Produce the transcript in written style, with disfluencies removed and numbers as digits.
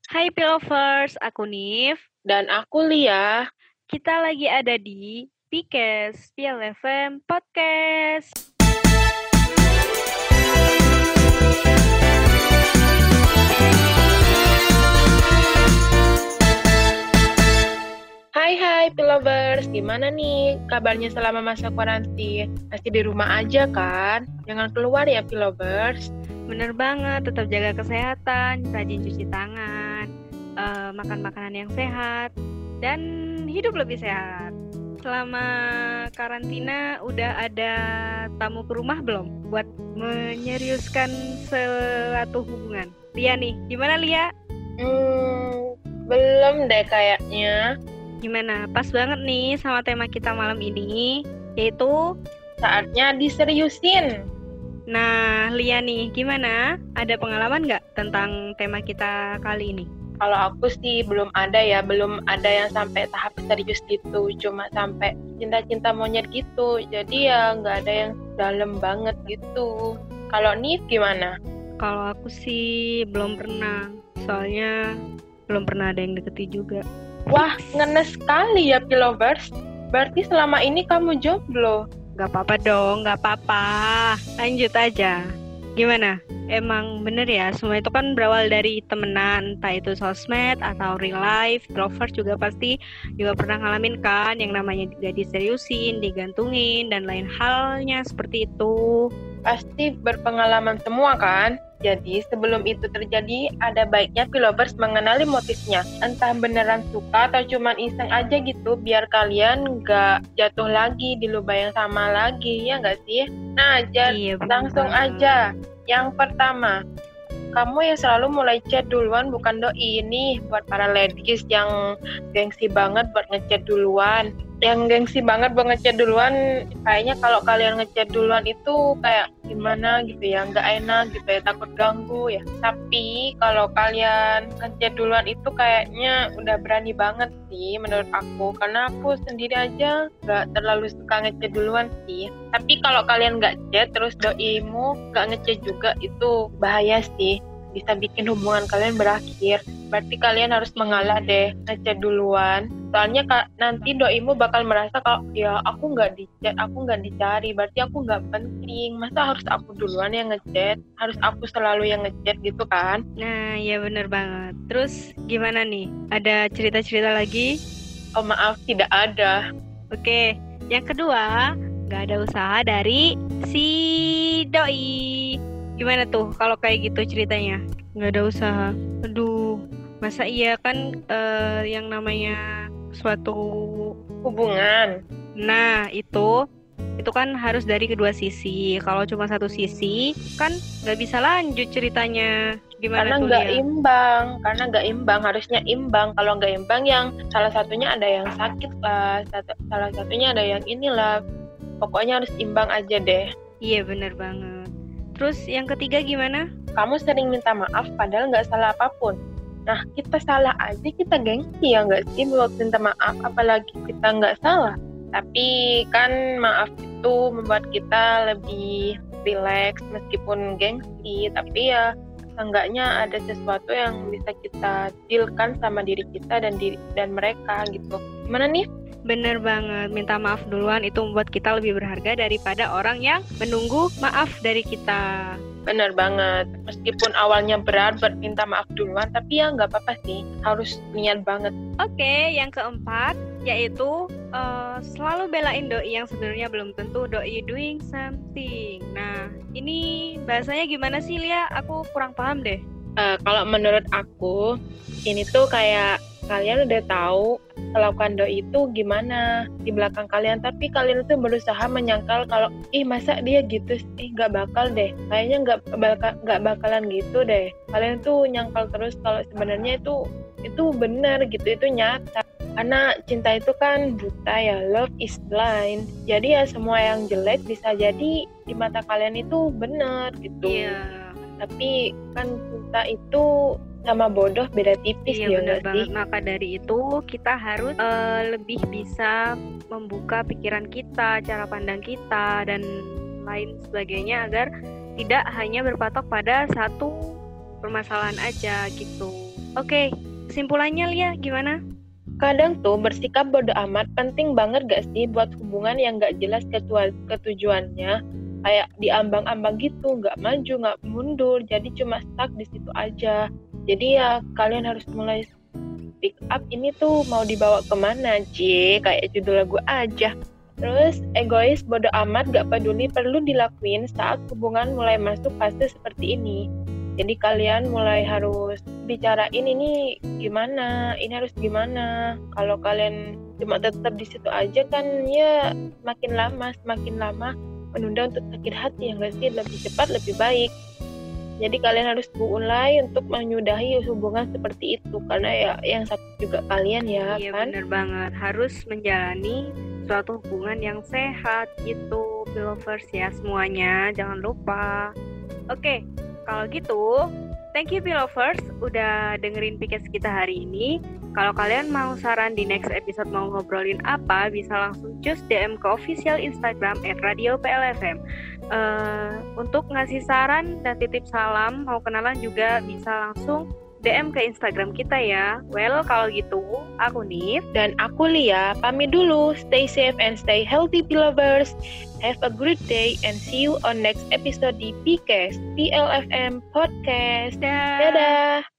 Hai Pilovers, aku Nif. Dan aku Lia. Kita lagi ada di Pikes PLFM Podcast. Hai Pilovers, gimana nih kabarnya selama masa karantin? Masih di rumah aja kan? Jangan keluar ya Pilovers. Bener banget, tetap jaga kesehatan, rajin cuci tangan, makan makanan yang sehat, dan hidup lebih sehat. Selama karantina udah ada tamu ke rumah belum? Buat menyeriuskan suatu hubungan. Lia nih, gimana Lia? Belum deh kayaknya. Gimana? Pas banget nih sama tema kita malam ini, yaitu Saatnya diseriusin. Nah, Lia nih, gimana? Ada pengalaman nggak tentang tema kita kali ini? Kalau aku sih belum ada yang sampai tahap serius gitu, cuma sampai cinta-cinta monyet gitu. Jadi ya nggak ada yang dalam banget gitu. Kalau Nif gimana? Kalau aku sih belum pernah, soalnya belum pernah ada yang deketi juga. Wah, ngenes sekali ya Pilovers. Berarti selama ini kamu jomblo. Gak apa-apa dong, gak apa-apa. Lanjut aja. Gimana? Emang bener ya, semua itu kan berawal dari temenan, entah itu sosmed atau real life. Lovers juga pasti juga pernah ngalamin kan yang namanya gak diseriusin, digantungin, dan lain halnya seperti itu. Pasti berpengalaman semua kan? Jadi sebelum itu terjadi, ada baiknya Pilovers mengenali motifnya. Entah beneran suka atau cuman iseng aja gitu, biar kalian nggak jatuh lagi di lubang yang sama lagi, ya nggak sih? Nah, Iya, langsung bener. aja. Yang pertama, kamu yang selalu mulai chat duluan, bukan doi. Ini buat para ladies yang gengsi banget buat ngechat duluan. Yang gengsi banget buat ngechat duluan, kayaknya kalau kalian ngechat duluan itu kayak gimana gitu ya, nggak enak gitu ya, takut ganggu ya. Tapi kalau kalian ngechat duluan itu kayaknya udah berani banget sih menurut aku, karena aku sendiri aja nggak terlalu suka ngechat duluan sih. Tapi kalau kalian nggak chat terus doimu nggak ngechat juga, itu bahaya sih, bisa bikin hubungan kalian berakhir. Berarti kalian harus mengalah deh ngechat duluan. Soalnya nanti doimu bakal merasa kalau ya aku nggak di-chat, aku nggak dicari, berarti aku nggak penting. Masa harus aku duluan yang ngechat? Harus aku selalu yang ngechat gitu kan? Nah, ya bener banget. Terus gimana nih? Ada cerita-cerita lagi? Oh maaf, tidak ada. Oke, yang kedua, gak ada usaha dari si doi. Gimana tuh kalau kayak gitu ceritanya? Gak ada usaha. Aduh, masa iya kan yang namanya suatu Hubungan. Nah, itu kan harus dari kedua sisi. Kalau cuma satu sisi, kan nggak bisa lanjut ceritanya. Gimana Karena tuh, nggak Lia? imbang, harusnya imbang. Kalau nggak imbang, yang salah satunya ada yang sakit lah, salah satunya ada yang inilah. Pokoknya harus imbang aja deh. Iya, bener banget. Terus yang ketiga gimana? Kamu sering minta maaf padahal nggak salah apapun. Nah, kita salah aja kita gengsi ya nggak sih buat minta maaf, apalagi kita nggak salah. Tapi kan maaf itu membuat kita lebih rileks meskipun gengsi, tapi ya seenggaknya ada sesuatu yang bisa kita dealkan sama diri kita dan mereka gitu. Gimana nih? Bener banget, minta maaf duluan itu membuat kita lebih berharga daripada orang yang menunggu maaf dari kita. Benar banget. Meskipun awalnya berat buat minta maaf duluan, tapi ya nggak apa-apa sih. Harus niat banget. Oke, yang keempat yaitu selalu belain doi yang sebenarnya belum tentu doi doing something. Nah, ini bahasanya gimana sih, Lia? Aku kurang paham deh. Kalau menurut aku, ini tuh kayak kalian udah tahu kelakuan doi itu gimana di belakang kalian, tapi kalian tuh berusaha menyangkal kalau masa dia gitu sih, nggak bakal deh, kayaknya nggak bakalan gitu deh. Kalian tuh nyangkal terus kalau sebenarnya itu benar gitu, itu nyata. Karena cinta itu kan buta ya, love is blind. Jadi ya semua yang jelek bisa jadi di mata kalian itu benar gitu. Iya. Tapi kan cinta itu sama bodoh beda tipis. Iya, ya benar nggak sih? banget. Maka dari itu kita harus lebih bisa membuka pikiran kita, cara pandang kita, dan lain sebagainya agar tidak hanya berpatok pada satu permasalahan aja gitu. Oke, kesimpulannya Lia gimana? Kadang tuh bersikap bodo amat penting banget gak sih buat hubungan yang gak jelas ketujuannya, kayak diambang-ambang gitu, gak maju, gak mundur, jadi cuma stuck di situ aja. Jadi ya kalian harus mulai speak up, ini tuh mau dibawa kemana, kayak judul lagu aja. Terus egois bodo amat gak peduli perlu dilakuin saat hubungan mulai masuk fase seperti ini. Jadi kalian mulai harus bicarain ini gimana, ini harus gimana. Kalau kalian cuma tetap di situ aja kan ya semakin lama menunda untuk sakit hati, yang gak sih, lebih cepat lebih baik. Jadi kalian harus mulai untuk menyudahi hubungan seperti itu, karena ya yang sakit juga kalian ya. Iya kan? bener banget, harus menjalani suatu hubungan yang sehat gitu, Pilovers ya semuanya, jangan lupa. Oke, kalau gitu, thank you Pilovers udah dengerin podcast kita hari ini. Kalau kalian mau saran di next episode mau ngobrolin apa, bisa langsung cus DM ke official Instagram @radioplfm. Untuk ngasih saran dan titip salam, mau kenalan juga bisa langsung DM ke Instagram kita ya. Well, kalau gitu, aku Nif dan aku Lia, pamit dulu. Stay safe and stay healthy, Pilovers. Have a great day and see you on next episode di PLFM Podcast. Dadah. Dadah.